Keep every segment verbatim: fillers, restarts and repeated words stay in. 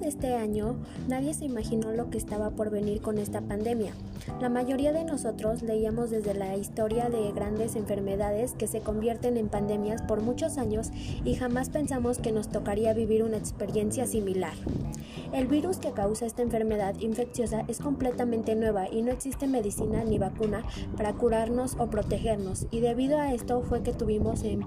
de este año, nadie se imaginó lo que estaba por venir con esta pandemia. La mayoría de nosotros leíamos desde la historia de grandes enfermedades que se convierten en pandemias por muchos años y jamás pensamos que nos tocaría vivir una experiencia similar. El virus que causa esta enfermedad infecciosa es completamente nueva y no existe medicina ni vacuna para curarnos o protegernos, y debido a esto fue que tuvimos en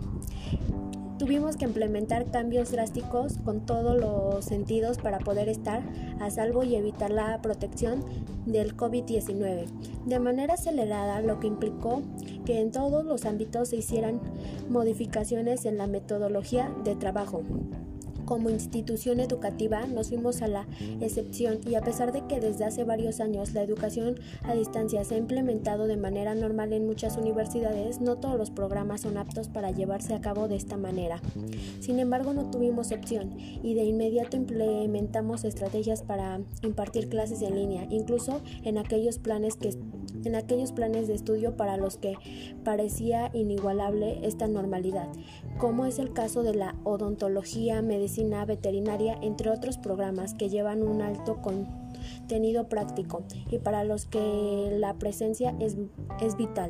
Tuvimos que implementar cambios drásticos con todos los sentidos para poder estar a salvo y evitar la protección del covid diecinueve de manera acelerada, lo que implicó que en todos los ámbitos se hicieran modificaciones en la metodología de trabajo. Como institución educativa nos fuimos a la excepción, y a pesar de que desde hace varios años la educación a distancia se ha implementado de manera normal en muchas universidades, no todos los programas son aptos para llevarse a cabo de esta manera. Sin embargo, no tuvimos opción y de inmediato implementamos estrategias para impartir clases en línea, incluso en aquellos planes que en aquellos planes de estudio para los que parecía inigualable esta normalidad, como es el caso de la odontología, medicina veterinaria, entre otros programas que llevan un alto contenido práctico y para los que la presencia es, es vital.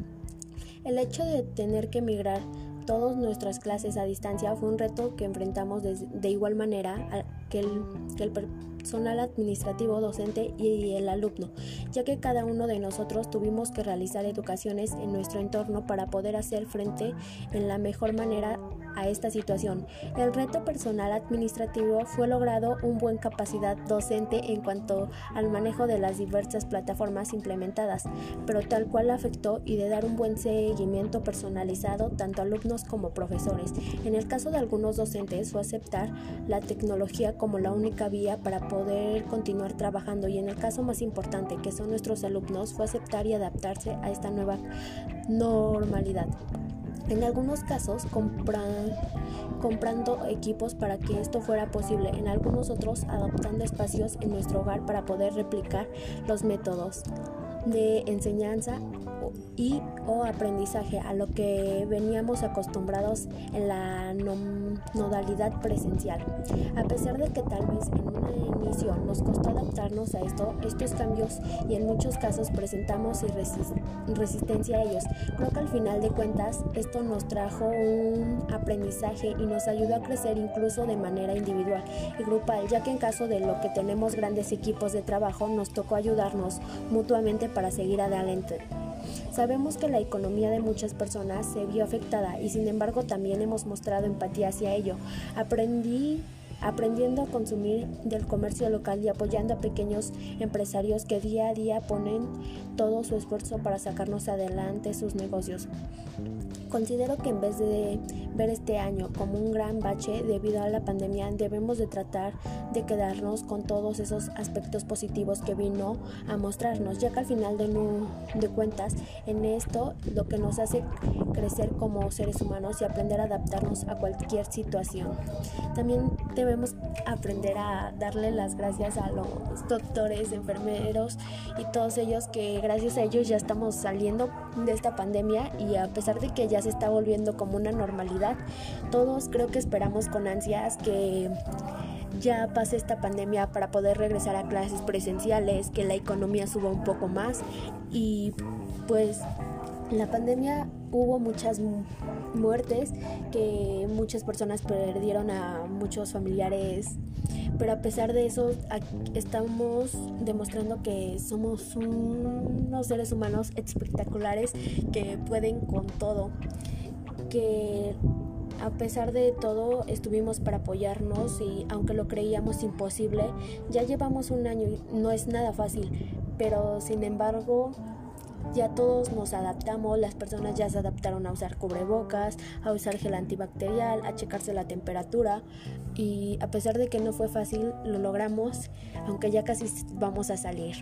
El hecho de tener que migrar todas nuestras clases a distancia fue un reto que enfrentamos de, de igual manera que el, que el personal administrativo, docente y el alumno, ya que cada uno de nosotros tuvimos que realizar educaciones en nuestro entorno para poder hacer frente en la mejor manera a esta situación. El reto personal administrativo fue logrado una buena capacidad docente en cuanto al manejo de las diversas plataformas implementadas, pero tal cual afectó y de dar un buen seguimiento personalizado tanto a alumnos como profesores. En el caso de algunos docentes fue aceptar la tecnología como la única vía para poder continuar trabajando, y en el caso más importante, que son nuestros alumnos, fue aceptar y adaptarse a esta nueva normalidad. En algunos casos compran, comprando equipos para que esto fuera posible, en algunos otros adaptando espacios en nuestro hogar para poder replicar los métodos de enseñanza y o aprendizaje a lo que veníamos acostumbrados en la no- modalidad presencial. A pesar de que tal vez en un inicio nos costó adaptarnos a esto, estos cambios, y en muchos casos presentamos resist- resistencia a ellos, creo que al final de cuentas esto nos trajo un aprendizaje y nos ayudó a crecer incluso de manera individual y grupal, ya que en caso de lo que tenemos grandes equipos de trabajo nos tocó ayudarnos mutuamente para seguir adelante. Sabemos que la economía de muchas personas se vio afectada y sin embargo también hemos mostrado empatía hacia ello. Aprendí aprendiendo a consumir del comercio local y apoyando a pequeños empresarios que día a día ponen todo su esfuerzo para sacarnos adelante sus negocios. Considero que en vez de ver este año como un gran bache debido a la pandemia, debemos de tratar de quedarnos con todos esos aspectos positivos que vino a mostrarnos, ya que al final de, no, de cuentas en esto lo que nos hace crecer como seres humanos y aprender a adaptarnos a cualquier situación. También debemos aprender a darle las gracias a los doctores, enfermeros y todos ellos, que gracias a ellos ya estamos saliendo de esta pandemia, y a pesar de que ya se está volviendo como una normalidad, todos creo que esperamos con ansias que ya pase esta pandemia para poder regresar a clases presenciales, que la economía suba un poco más. Y pues en la pandemia hubo muchas muertes, que muchas personas perdieron a muchos familiares, pero a pesar de eso estamos demostrando que somos unos seres humanos espectaculares que pueden con todo, que a pesar de todo estuvimos para apoyarnos, y aunque lo creíamos imposible, ya llevamos un año y no es nada fácil, pero sin embargo ya todos nos adaptamos. Las personas ya se adaptaron a usar cubrebocas, a usar gel antibacterial, a checarse la temperatura, y a pesar de que no fue fácil, lo logramos, aunque ya casi vamos a salir.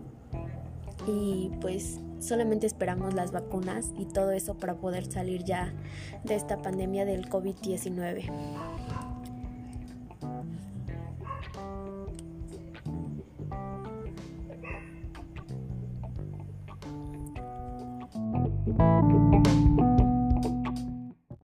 Y pues solamente esperamos las vacunas y todo eso para poder salir ya de esta pandemia del covid diecinueve.